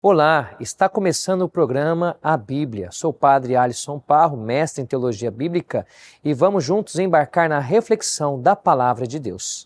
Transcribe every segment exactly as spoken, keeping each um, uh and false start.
Olá, está começando o programa A Bíblia. Sou o padre Alisson Parro, mestre em Teologia Bíblica, e vamos juntos embarcar na reflexão da Palavra de Deus.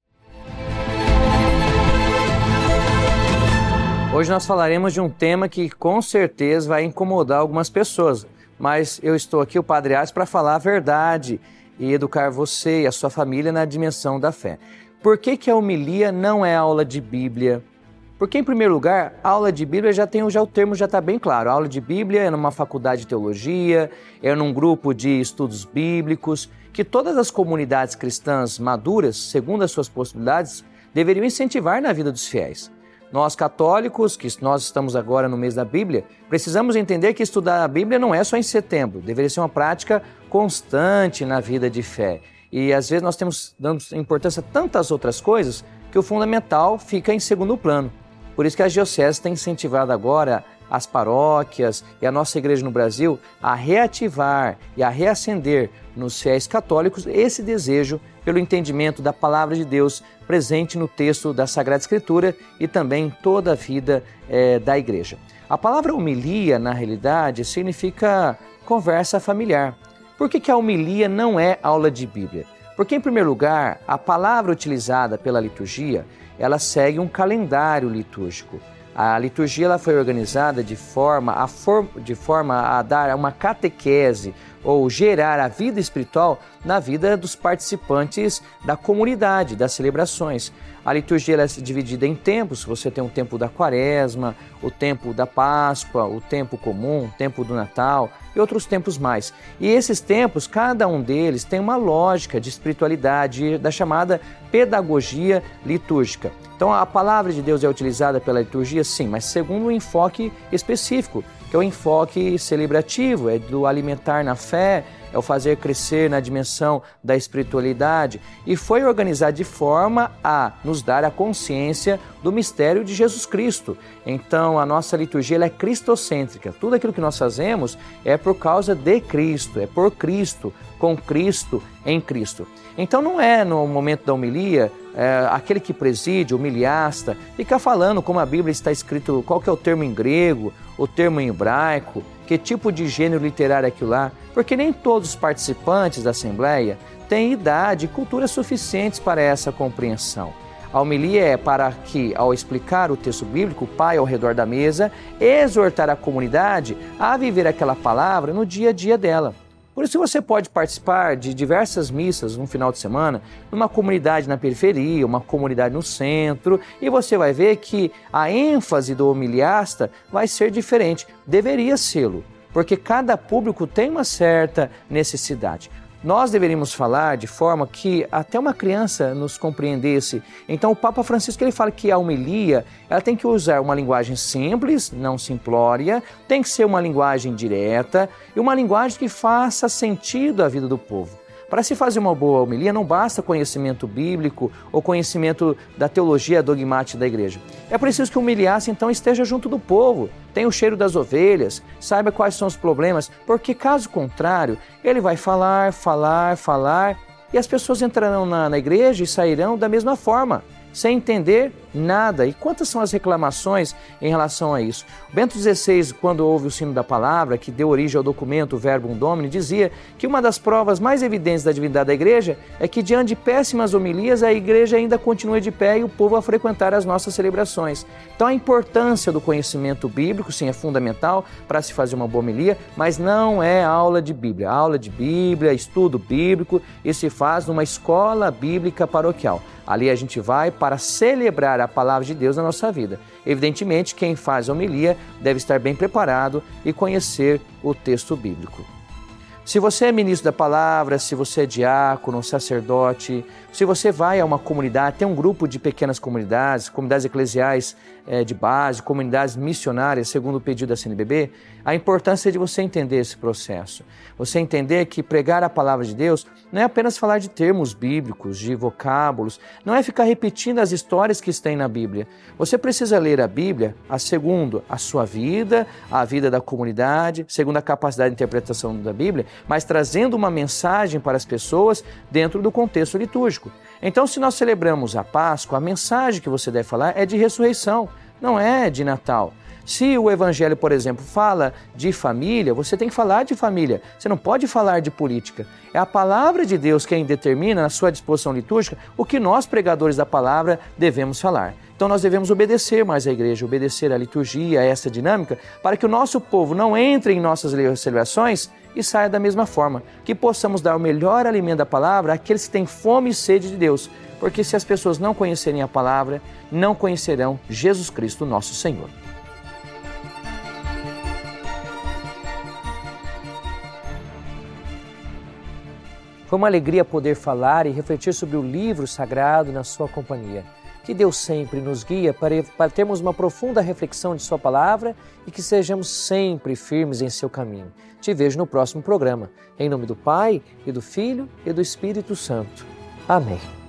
Hoje nós falaremos de um tema que com certeza vai incomodar algumas pessoas, mas eu estou aqui, o padre Alisson, para falar a verdade e educar você e a sua família na dimensão da fé. Por que que a homilia não é aula de Bíblia? Porque, em primeiro lugar, a aula de Bíblia já tem, já o termo já está bem claro. A aula de Bíblia é numa faculdade de teologia, é num grupo de estudos bíblicos, que todas as comunidades cristãs maduras, segundo as suas possibilidades, deveriam incentivar na vida dos fiéis. Nós católicos, que nós estamos agora no mês da Bíblia, precisamos entender que estudar a Bíblia não é só em setembro, deveria ser uma prática constante na vida de fé. E às vezes nós temos dando importância a tantas outras coisas que o fundamental fica em segundo plano. Por isso que a Diocese tem incentivado agora as paróquias e a nossa igreja no Brasil a reativar e a reacender nos fiéis católicos esse desejo pelo entendimento da Palavra de Deus presente no texto da Sagrada Escritura e também em toda a vida é, da igreja. A palavra homilia, na realidade, significa conversa familiar. Por que que a homilia não é aula de Bíblia? Porque, em primeiro lugar, a palavra utilizada pela liturgia, ela segue um calendário litúrgico. A liturgia ela foi organizada de forma, a for, de forma a dar uma catequese ou gerar a vida espiritual na vida dos participantes da comunidade, das celebrações. A liturgia ela é dividida em tempos, você tem o tempo da Quaresma, o tempo da Páscoa, o tempo comum, o tempo do Natal e outros tempos mais. E esses tempos, cada um deles tem uma lógica de espiritualidade, da chamada pedagogia litúrgica. Então a palavra de Deus é utilizada pela liturgia, sim, mas segundo um enfoque específico, que é o enfoque celebrativo, é do alimentar na fé, é o fazer crescer na dimensão da espiritualidade, e foi organizado de forma a nos dar a consciência do mistério de Jesus Cristo. Então a nossa liturgia ela é cristocêntrica, tudo aquilo que nós fazemos é por causa de Cristo, é por Cristo, com Cristo, em Cristo. Então não é no momento da homilia, é, aquele que preside, o homiliasta, fica falando como a Bíblia está escrito, qual que é o termo em grego, o termo em hebraico, que tipo de gênero literário é aquilo lá, porque nem todos os participantes da Assembleia têm idade e cultura suficientes para essa compreensão. A homilia é para que, ao explicar o texto bíblico, o pai ao redor da mesa, exortar a comunidade a viver aquela palavra no dia a dia dela. Por isso você pode participar de diversas missas no final de semana, numa comunidade na periferia, uma comunidade no centro, e você vai ver que a ênfase do homiliasta vai ser diferente, deveria sê-lo, porque cada público tem uma certa necessidade. Nós deveríamos falar de forma que até uma criança nos compreendesse. Então o Papa Francisco ele fala que a homilia ela tem que usar uma linguagem simples, não simplória, tem que ser uma linguagem direta e uma linguagem que faça sentido à vida do povo. Para se fazer uma boa homilia não basta conhecimento bíblico ou conhecimento da teologia dogmática da igreja. É preciso que o homiliasta então esteja junto do povo, tenha o cheiro das ovelhas, saiba quais são os problemas, porque caso contrário, ele vai falar, falar, falar e as pessoas entrarão na, na igreja e sairão da mesma forma, sem entender nada. E quantas são as reclamações em relação a isso? Bento dezesseis, quando houve o sino da palavra, que deu origem ao documento Verbum Domini, dizia que uma das provas mais evidentes da divindade da igreja é que, diante de péssimas homilias, a igreja ainda continua de pé e o povo a frequentar as nossas celebrações. Então a importância do conhecimento bíblico, sim, é fundamental para se fazer uma boa homilia, mas não é aula de Bíblia. Aula de Bíblia, estudo bíblico, e se faz numa escola bíblica paroquial. Ali a gente vai para celebrar a palavra de Deus na nossa vida. Evidentemente, quem faz a homilia deve estar bem preparado e conhecer o texto bíblico. Se você é ministro da palavra, se você é diácono, sacerdote, se você vai a uma comunidade, tem um grupo de pequenas comunidades, comunidades eclesiais é, de base, comunidades missionárias, segundo o pedido da C N B B, a importância de você entender esse processo. Você entender que pregar a palavra de Deus não é apenas falar de termos bíblicos, de vocábulos, não é ficar repetindo as histórias que estão na Bíblia. Você precisa ler a Bíblia a segundo a sua vida, a vida da comunidade, segundo a capacidade de interpretação da Bíblia, mas trazendo uma mensagem para as pessoas dentro do contexto litúrgico. Então, se nós celebramos a Páscoa, a mensagem que você deve falar é de ressurreição, não é de Natal. Se o Evangelho, por exemplo, fala de família, você tem que falar de família. Você não pode falar de política. É a palavra de Deus quem determina, na sua disposição litúrgica, o que nós, pregadores da palavra, devemos falar. Então nós devemos obedecer mais à igreja, obedecer à liturgia, a essa dinâmica, para que o nosso povo não entre em nossas celebrações e saia da mesma forma. Que possamos dar o melhor alimento da palavra àqueles que têm fome e sede de Deus. Porque se as pessoas não conhecerem a palavra, não conhecerão Jesus Cristo, nosso Senhor. Foi uma alegria poder falar e refletir sobre o livro sagrado na sua companhia. Que Deus sempre nos guie para, para termos uma profunda reflexão de sua palavra e que sejamos sempre firmes em seu caminho. Te vejo no próximo programa. Em nome do Pai, e do Filho, e do Espírito Santo. Amém.